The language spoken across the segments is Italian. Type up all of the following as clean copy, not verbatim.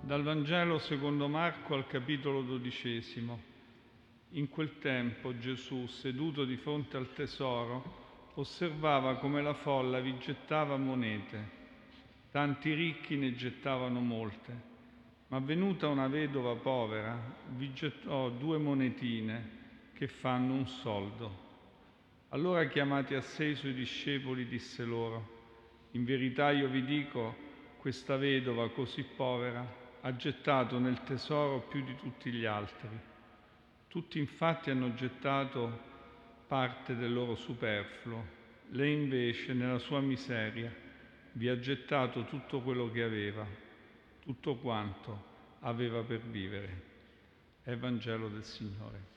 Dal Vangelo secondo Marco al capitolo 12. In quel tempo Gesù, seduto di fronte al tesoro, osservava come la folla vi gettava monete. Tanti ricchi ne gettavano molte, ma venuta una vedova povera, vi gettò 2 monetine che fanno un soldo. Allora, chiamati a sé i suoi discepoli, disse loro: in verità io vi dico, questa vedova così povera ha gettato nel tesoro più di tutti gli altri. Tutti infatti hanno gettato parte del loro superfluo, lei invece nella sua miseria vi ha gettato tutto quello che aveva, tutto quanto aveva per vivere. È il Vangelo del Signore.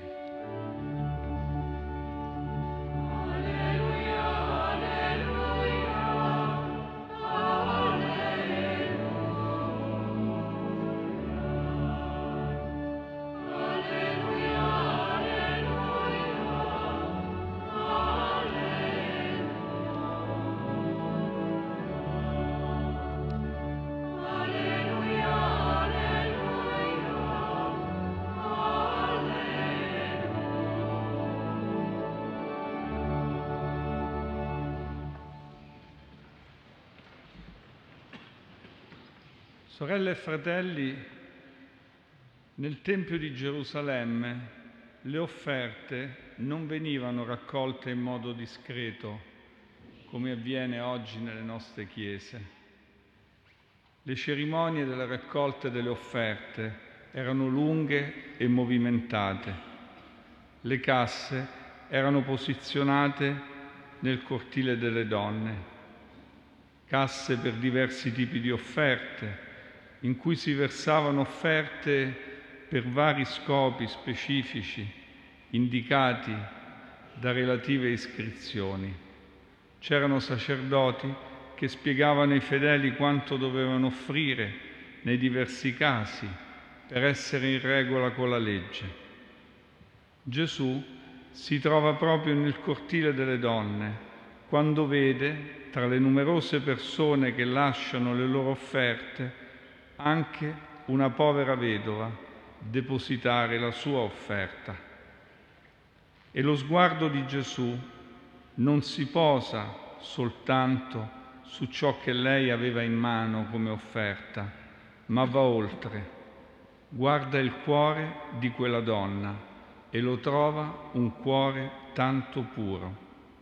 Sorelle e fratelli, nel Tempio di Gerusalemme le offerte non venivano raccolte in modo discreto, come avviene oggi nelle nostre chiese. Le cerimonie della raccolta delle offerte erano lunghe e movimentate. Le casse erano posizionate nel cortile delle donne, casse per diversi tipi di offerte, in cui si versavano offerte per vari scopi specifici indicati da relative iscrizioni. C'erano sacerdoti che spiegavano ai fedeli quanto dovevano offrire nei diversi casi per essere in regola con la legge. Gesù si trova proprio nel cortile delle donne quando vede, tra le numerose persone che lasciano le loro offerte, anche una povera vedova depositare la sua offerta. E lo sguardo di Gesù non si posa soltanto su ciò che lei aveva in mano come offerta, ma va oltre, guarda il cuore di quella donna e lo trova un cuore tanto puro.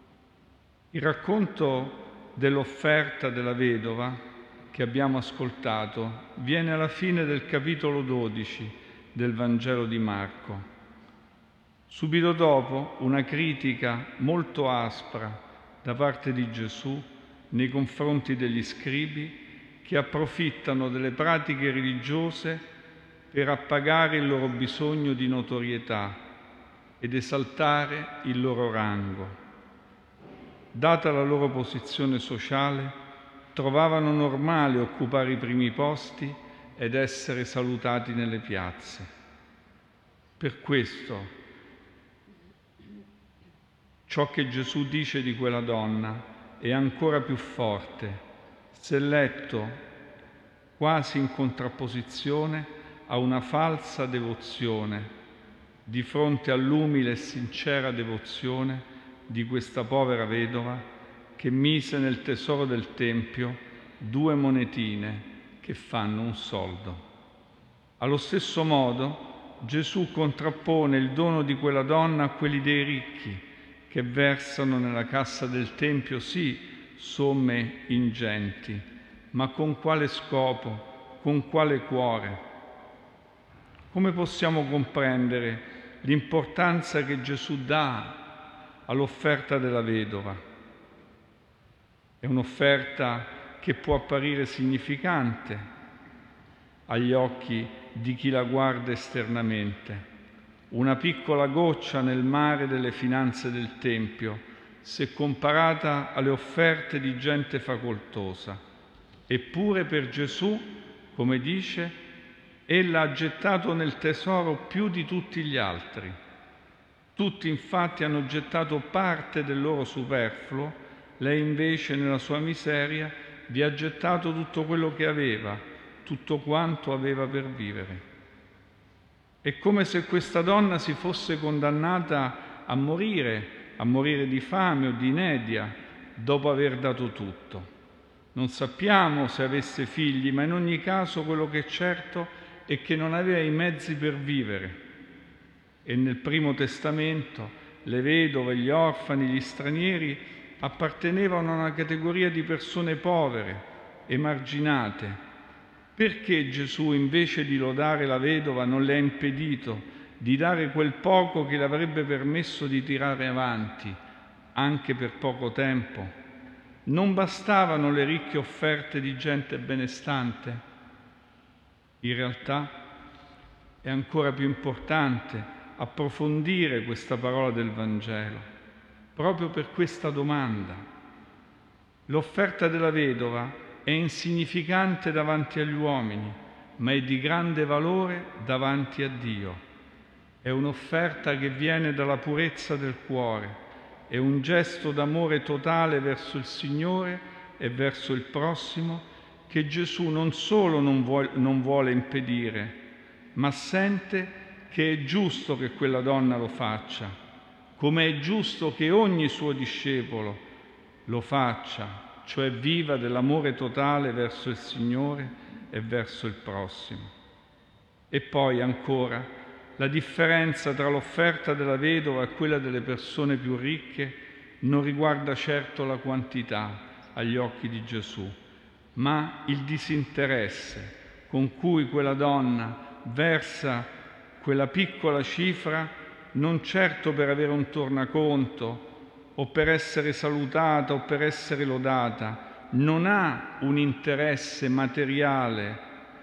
Il racconto dell'offerta della vedova che abbiamo ascoltato viene alla fine del capitolo 12 del Vangelo di Marco. Subito dopo una critica molto aspra da parte di Gesù nei confronti degli scribi che approfittano delle pratiche religiose per appagare il loro bisogno di notorietà ed esaltare il loro rango. Data la loro posizione sociale, trovavano normale occupare i primi posti ed essere salutati nelle piazze. Per questo, ciò che Gesù dice di quella donna è ancora più forte, se letto quasi in contrapposizione a una falsa devozione di fronte all'umile e sincera devozione di questa povera vedova che mise nel tesoro del Tempio 2 monetine che fanno un soldo. Allo stesso modo Gesù contrappone il dono di quella donna a quelli dei ricchi che versano nella cassa del Tempio sì somme ingenti, ma con quale scopo, con quale cuore? Come possiamo comprendere l'importanza che Gesù dà all'offerta della vedova? È un'offerta che può apparire significante agli occhi di chi la guarda esternamente, una piccola goccia nel mare delle finanze del Tempio, se comparata alle offerte di gente facoltosa. Eppure per Gesù, come dice, ella ha gettato nel tesoro più di tutti gli altri. Tutti infatti hanno gettato parte del loro superfluo, lei invece nella sua miseria vi ha gettato tutto quello che aveva, tutto quanto aveva per vivere. È come se questa donna si fosse condannata a morire di fame o di inedia, dopo aver dato tutto. Non sappiamo se avesse figli, ma in ogni caso quello che è certo è che non aveva i mezzi per vivere. E nel Primo Testamento le vedove, gli orfani, gli stranieri appartenevano a una categoria di persone povere, emarginate. Perché Gesù, invece di lodare la vedova, non le ha impedito di dare quel poco che le avrebbe permesso di tirare avanti, anche per poco tempo? Non bastavano le ricche offerte di gente benestante? In realtà è ancora più importante approfondire questa parola del Vangelo, proprio per questa domanda. L'offerta della vedova è insignificante davanti agli uomini, ma è di grande valore davanti a Dio. È un'offerta che viene dalla purezza del cuore, è un gesto d'amore totale verso il Signore e verso il prossimo che Gesù non solo non vuole impedire, ma sente che è giusto che quella donna lo faccia, come è giusto che ogni suo discepolo lo faccia, cioè viva dell'amore totale verso il Signore e verso il prossimo. E poi ancora, la differenza tra l'offerta della vedova e quella delle persone più ricche non riguarda certo la quantità agli occhi di Gesù, ma il disinteresse con cui quella donna versa quella piccola cifra, non certo per avere un tornaconto o per essere salutata o per essere lodata, non ha un interesse materiale,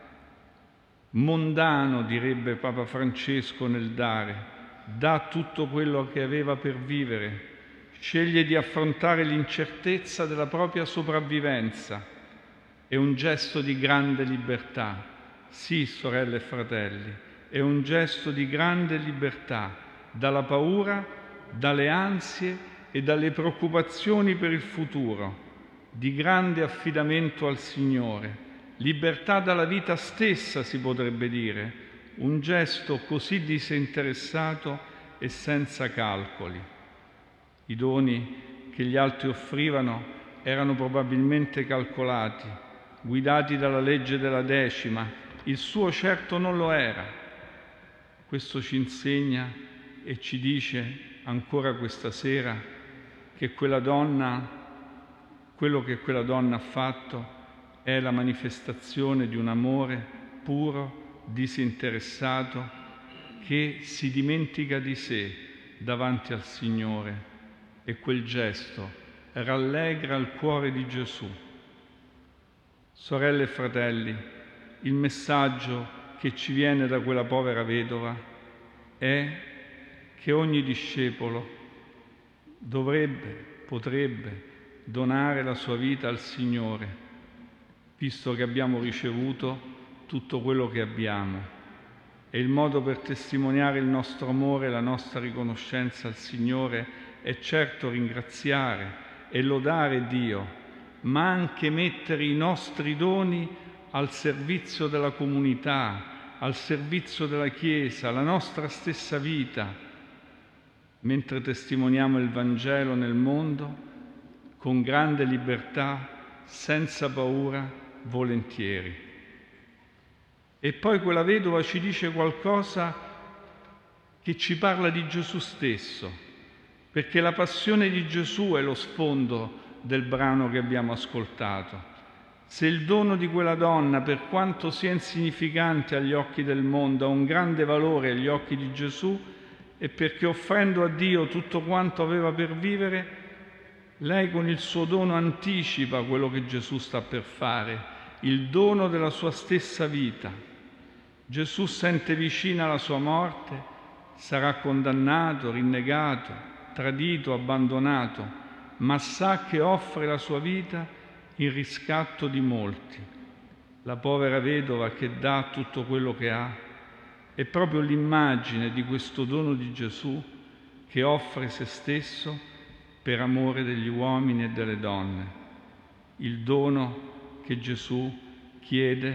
mondano, direbbe Papa Francesco nel dare, dà tutto quello che aveva per vivere, sceglie di affrontare l'incertezza della propria sopravvivenza. È un gesto di grande libertà, sì, sorelle e fratelli, è un gesto di grande libertà dalla paura, dalle ansie e dalle preoccupazioni per il futuro, di grande affidamento al Signore, libertà dalla vita stessa, si potrebbe dire, un gesto così disinteressato e senza calcoli. I doni che gli altri offrivano erano probabilmente calcolati, guidati dalla legge della decima, il suo certo non lo era. Questo ci insegna e ci dice ancora questa sera che quello che quella donna ha fatto è la manifestazione di un amore puro, disinteressato, che si dimentica di sé davanti al Signore, e quel gesto rallegra il cuore di Gesù. Sorelle e fratelli, il messaggio che ci viene da quella povera vedova è che ogni discepolo potrebbe donare la sua vita al Signore, visto che abbiamo ricevuto tutto quello che abbiamo. E il modo per testimoniare il nostro amore e la nostra riconoscenza al Signore è certo ringraziare e lodare Dio, ma anche mettere i nostri doni al servizio della comunità, al servizio della Chiesa, la nostra stessa vita, mentre testimoniamo il Vangelo nel mondo con grande libertà, senza paura, volentieri. E poi quella vedova ci dice qualcosa che ci parla di Gesù stesso, perché la passione di Gesù è lo sfondo del brano che abbiamo ascoltato. Se il dono di quella donna, per quanto sia insignificante agli occhi del mondo, ha un grande valore agli occhi di Gesù, è perché offrendo a Dio tutto quanto aveva per vivere, lei con il suo dono anticipa quello che Gesù sta per fare, il dono della sua stessa vita. Gesù sente vicina la sua morte, sarà condannato, rinnegato, tradito, abbandonato, ma sa che offre la sua vita in riscatto di molti. La povera vedova che dà tutto quello che ha è proprio l'immagine di questo dono di Gesù che offre se stesso per amore degli uomini e delle donne, il dono che Gesù chiede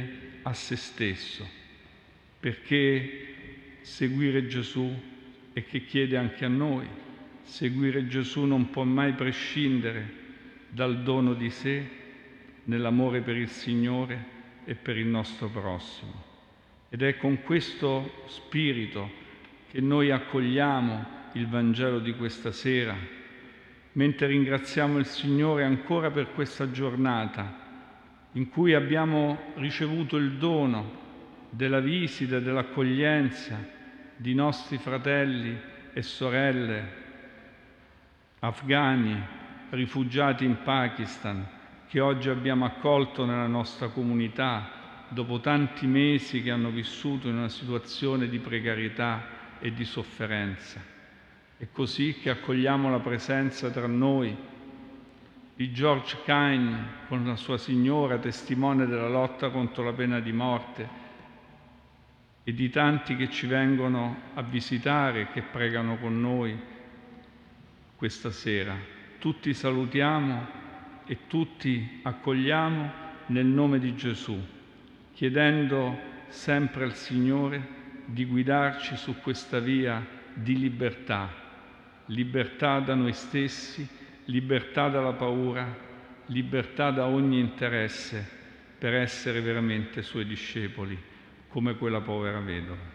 a se stesso, perché seguire Gesù e che chiede anche a noi, seguire Gesù non può mai prescindere dal dono di sé nell'amore per il Signore e per il nostro prossimo. Ed è con questo spirito che noi accogliamo il Vangelo di questa sera, mentre ringraziamo il Signore ancora per questa giornata in cui abbiamo ricevuto il dono della visita e dell'accoglienza di nostri fratelli e sorelle afghani, rifugiati in Pakistan, che oggi abbiamo accolto nella nostra comunità dopo tanti mesi che hanno vissuto in una situazione di precarietà e di sofferenza. È così che accogliamo la presenza tra noi di George Kine con la sua signora, testimone della lotta contro la pena di morte, e di tanti che ci vengono a visitare, che pregano con noi questa sera. Tutti salutiamo e tutti accogliamo nel nome di Gesù, chiedendo sempre al Signore di guidarci su questa via di libertà, libertà da noi stessi, libertà dalla paura, libertà da ogni interesse, per essere veramente Suoi discepoli, come quella povera vedova.